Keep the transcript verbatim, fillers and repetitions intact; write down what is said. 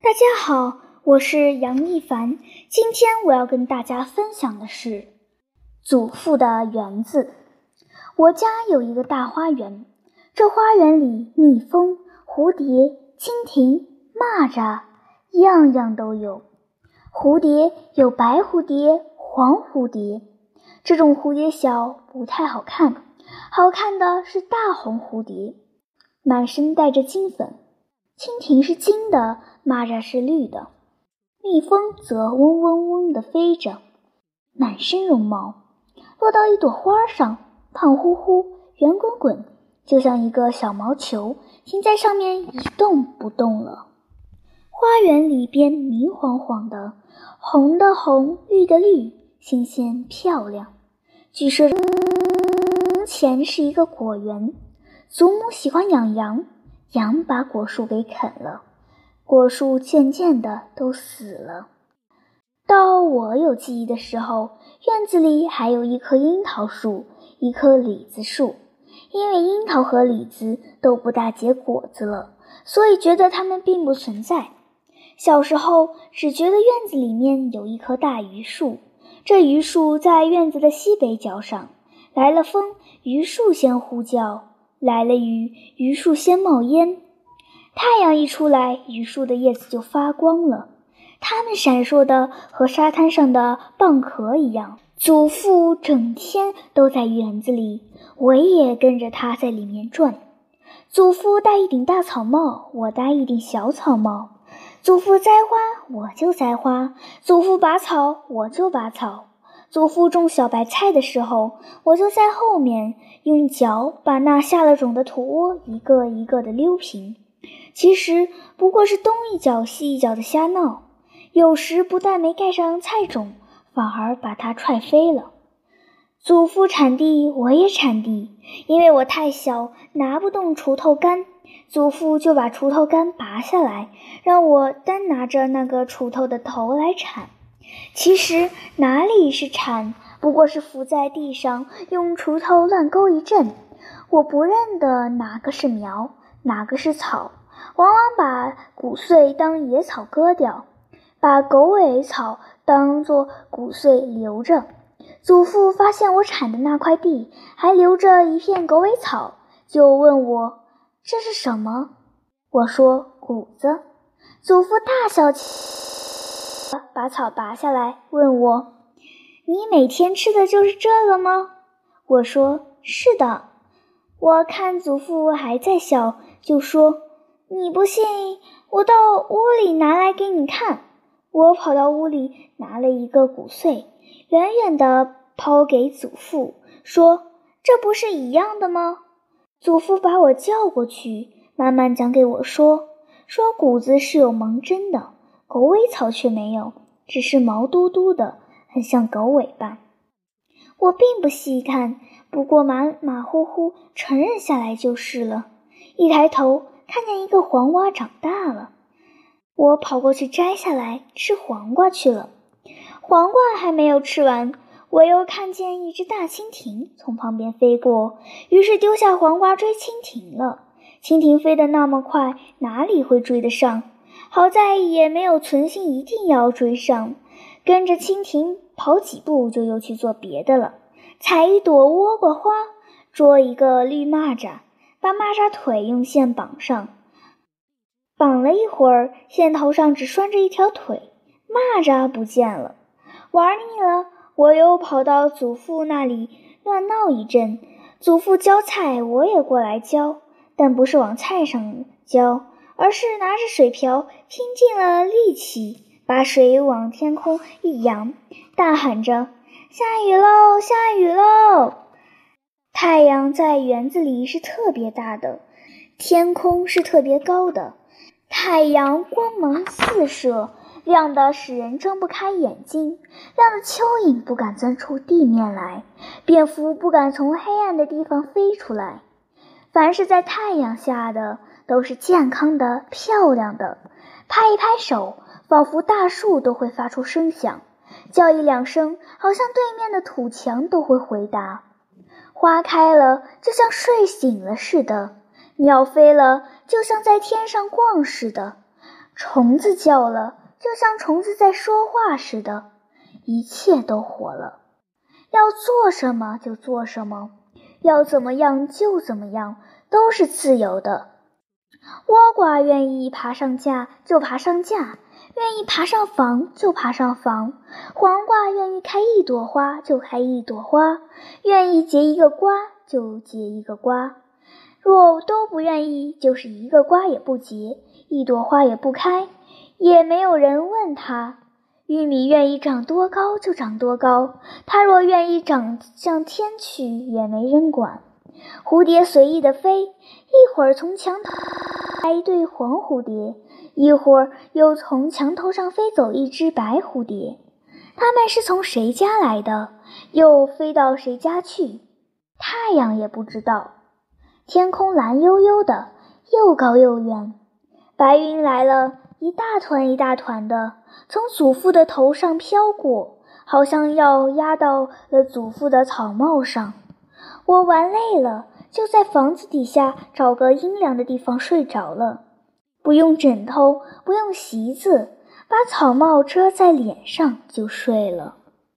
大家好，我是杨一凡。今天我要跟大家分享的是祖父的园子。我家有一个大花园，这花园里蜜蜂、蝴蝶、蜻蜓、蚂蚱，样样都有。蝴蝶有白蝴蝶、黄蝴蝶，这种蝴蝶小，不太好看，好看的是大红蝴蝶，满身带着金粉。蜻蜓是金的，蚂蚱是绿的，蜜蜂则嗡嗡嗡地飞着，满身绒毛，落到一朵花上，胖乎乎、圆滚滚，就像一个小毛球，停在上面一动不动了。花园里边明晃晃的，红的红，绿的绿，新鲜漂亮。据说前是一个果园，祖母喜欢养羊，羊把果树给啃了，果树渐渐的都死了。到我有记忆的时候，院子里还有一棵樱桃树，一棵李子树。因为樱桃和李子都不大结果子了，所以觉得它们并不存在。小时候只觉得院子里面有一棵大榆树，这榆树在院子的西北角上，来了风，榆树先呼叫，来了雨，榆树先冒烟。太阳一出来，榆树的叶子就发光了，它们闪烁的和沙滩上的蚌壳一样。祖父整天都在园子里，我也跟着他在里面转。祖父戴一顶大草帽，我戴一顶小草帽。祖父栽花，我就栽花；祖父拔草，我就拔草。祖父种小白菜的时候，我就在后面用脚把那下了种的土窝一个一个的溜平。其实不过是东一脚西一脚的瞎闹，有时不但没盖上菜种，反而把它踹飞了。祖父铲地，我也铲地，因为我太小，拿不动锄头杆，祖父就把锄头杆拔下来，让我单拿着那个锄头的头来铲。其实哪里是铲，不过是伏在地上，用锄头乱勾一阵。我不认得哪个是苗，哪个是草，往往把谷穗当野草割掉，把狗尾草当作谷穗留着。祖父发现我铲的那块地还留着一片狗尾草，就问我这是什么。我说谷子。祖父大笑起，把草拔下来问我，你每天吃的就是这个吗？我说是的。我看祖父还在笑，就说你不信，我到屋里拿来给你看。我跑到屋里拿了一个谷穗，远远地抛给祖父，说这不是一样的吗？祖父把我叫过去，慢慢讲给我说，说谷子是有蒙针的，狗尾草却没有，只是毛嘟嘟的，很像狗尾巴。我并不细看，不过马马虎虎承认下来就是了。一抬头看见一个黄瓜长大了，我跑过去摘下来吃黄瓜去了。黄瓜还没有吃完，我又看见一只大蜻蜓从旁边飞过，于是丢下黄瓜追蜻蜓了。蜻蜓飞得那么快，哪里会追得上？好在也没有存心一定要追上，跟着蜻蜓跑几步就又去做别的了，采一朵倭瓜花，捉一个绿蚂蚱，把蚂蚱腿用线绑上，绑了一会儿，线头上只拴着一条腿，蚂蚱不见了。玩腻了，我又跑到祖父那里乱闹一阵。祖父浇菜，我也过来浇，但不是往菜上浇，而是拿着水瓢，拼尽了力气，把水往天空一扬，大喊着下雨喽，下雨喽。太阳在园子里是特别大的，天空是特别高的，太阳光芒四射，亮得使人睁不开眼睛，亮得蚯蚓不敢钻出地面来，蝙蝠不敢从黑暗的地方飞出来。凡是在太阳下的都是健康的、漂亮的。拍一拍手，仿佛大树都会发出声响，叫一两声，好像对面的土墙都会回答。花开了，就像睡醒了似的；鸟飞了，就像在天上逛似的。 虫子叫了，就像虫子在说话似的，一切都活了。要做什么就做什么，要怎么样就怎么样，都是自由的。倭瓜愿意爬上架就爬上架，愿意爬上房就爬上房，黄瓜愿意开一朵花就开一朵花，愿意结一个瓜就结一个瓜。若都不愿意，就是一个瓜也不结，一朵花也不开，也没有人问他。玉米愿意长多高就长多高，它若愿意长向天去，也没人管。蝴蝶随意地飞，一会儿从墙头来一对黄蝴蝶，一会儿又从墙头上飞走一只白蝴蝶。它们是从谁家来的，又飞到谁家去，太阳也不知道。天空蓝悠悠的，又高又远，白云来了，一大团一大团的，从祖父的头上飘过，好像要压到了祖父的草帽上。我玩累了，就在房子底下找个阴凉的地方睡着了，不用枕头，不用席子，把草帽遮在脸上就睡了。